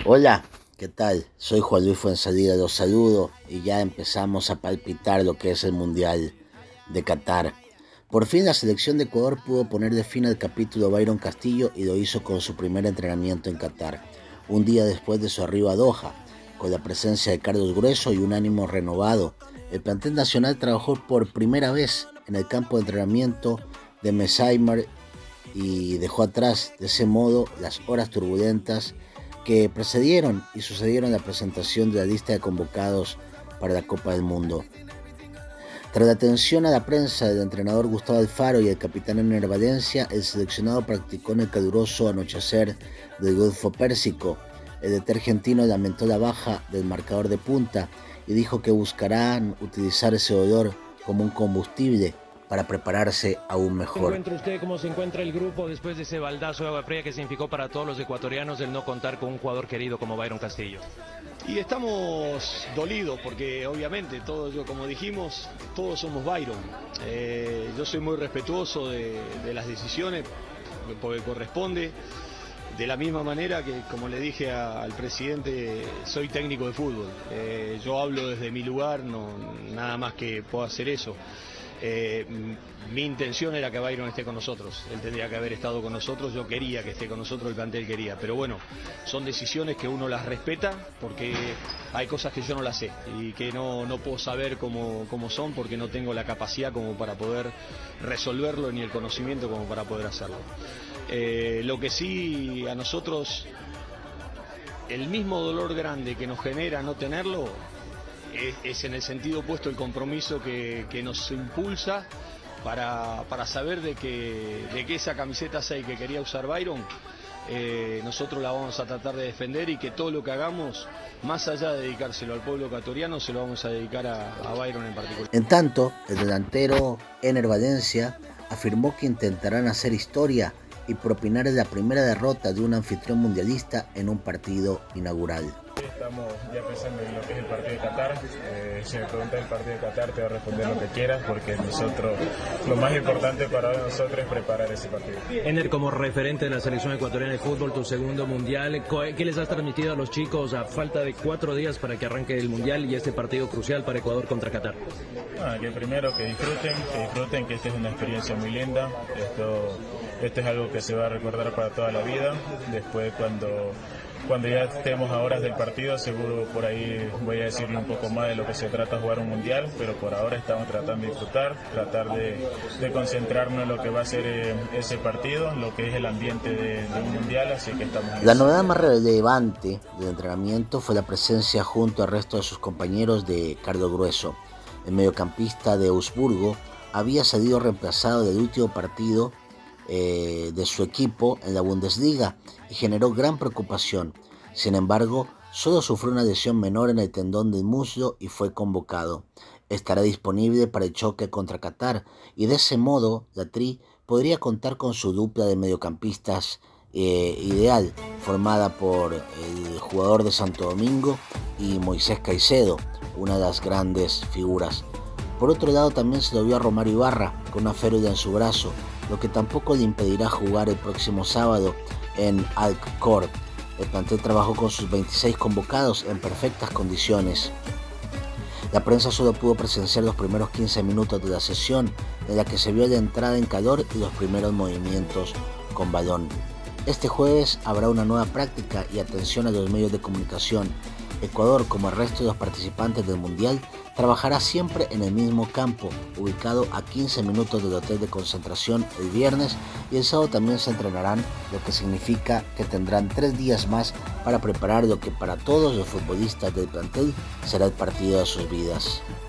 Hola, ¿qué tal? Soy Juan Luis Fuenzalida, los saludo y ya empezamos a palpitar lo que es el Mundial de Qatar. Por fin la selección de Ecuador pudo ponerle fin al capítulo Byron Castillo y lo hizo con su primer entrenamiento en Qatar, un día después de su arribo a Doha, con la presencia de Carlos Grueso y un ánimo renovado. El plantel nacional trabajó por primera vez en el campo de entrenamiento de Messamer y dejó atrás de ese modo las horas turbulentas que precedieron y sucedieron la presentación de la lista de convocados para la Copa del Mundo. Tras la atención a la prensa del entrenador Gustavo Alfaro y el capitán Ener Valencia, el seleccionado practicó en el caluroso anochecer del Golfo Pérsico. El DT argentino lamentó la baja del marcador de punta y dijo que buscarán utilizar ese olor como un combustible para prepararse aún mejor. ¿Encuentra usted cómo se encuentra el grupo después de ese baldazo de agua fría que significó para todos los ecuatorianos el no contar con un jugador querido como Byron Castillo? Y estamos dolidos porque obviamente todos, como dijimos, todos somos Byron. Yo soy muy respetuoso de las decisiones porque corresponde. De la misma manera que, como le dije al presidente, soy técnico de fútbol. Yo hablo desde mi lugar, no, nada más que puedo hacer eso. Mi intención era que Byron esté con nosotros, él tendría que haber estado con nosotros, yo quería que esté con nosotros, el plantel quería, pero bueno, son decisiones que uno las respeta porque hay cosas que yo no las sé y que no puedo saber cómo son porque no tengo la capacidad como para poder resolverlo ni el conocimiento como para poder hacerlo. Lo que sí a nosotros, el mismo dolor grande que nos genera no tenerlo, es en el sentido opuesto el compromiso que nos impulsa para saber de que esa camiseta 6 que quería usar Byron, nosotros la vamos a tratar de defender y que todo lo que hagamos, más allá de dedicárselo al pueblo ecuatoriano, se lo vamos a dedicar a Byron en particular. En tanto, el delantero Ener Valencia afirmó que intentarán hacer historia y propinar la primera derrota de un anfitrión mundialista en un partido inaugural. Estamos ya pensando en lo que es el partido de Qatar. Si me preguntas el partido de Qatar, te voy a responder lo que quieras, porque nosotros, lo más importante para nosotros es preparar ese partido. Ener, como referente de la selección ecuatoriana de fútbol, tu segundo mundial, ¿qué les has transmitido a los chicos a falta de 4 días para que arranque el mundial y este partido crucial para Ecuador contra Qatar? Que primero que disfruten, que esta es una experiencia muy linda. Esto es algo que se va a recordar para toda la vida. Después cuando ya estemos a horas del partido, seguro por ahí voy a decirle un poco más de lo que se trata jugar un mundial, pero por ahora estamos tratando de disfrutar, tratar de concentrarnos en lo que va a ser ese partido, lo que es el ambiente de un mundial, así que estamos... La novedad más relevante del entrenamiento fue la presencia junto al resto de sus compañeros de Carlos Grueso. El mediocampista de Augsburgo había salido reemplazado del último partido de su equipo en la Bundesliga y generó gran preocupación. Sin embargo, solo sufrió una lesión menor en el tendón del muslo y fue convocado. Estará disponible para el choque contra Qatar y de ese modo la Tri podría contar con su dupla de mediocampistas ideal, formada por el jugador de Santo Domingo y Moisés Caicedo, una de las grandes figuras. Por otro lado, también se lo vio a Romario Ibarra con una férula en su brazo, lo que tampoco le impedirá jugar el próximo sábado en Alcorcón. El plantel trabajó con sus 26 convocados en perfectas condiciones. La prensa solo pudo presenciar los primeros 15 minutos de la sesión, en la que se vio la entrada en calor y los primeros movimientos con balón. Este jueves habrá una nueva práctica y atención a los medios de comunicación. Ecuador, como el resto de los participantes del Mundial, trabajará siempre en el mismo campo, ubicado a 15 minutos del hotel de concentración el viernes, y el sábado también se entrenarán, lo que significa que tendrán 3 días más para preparar lo que para todos los futbolistas del plantel será el partido de sus vidas.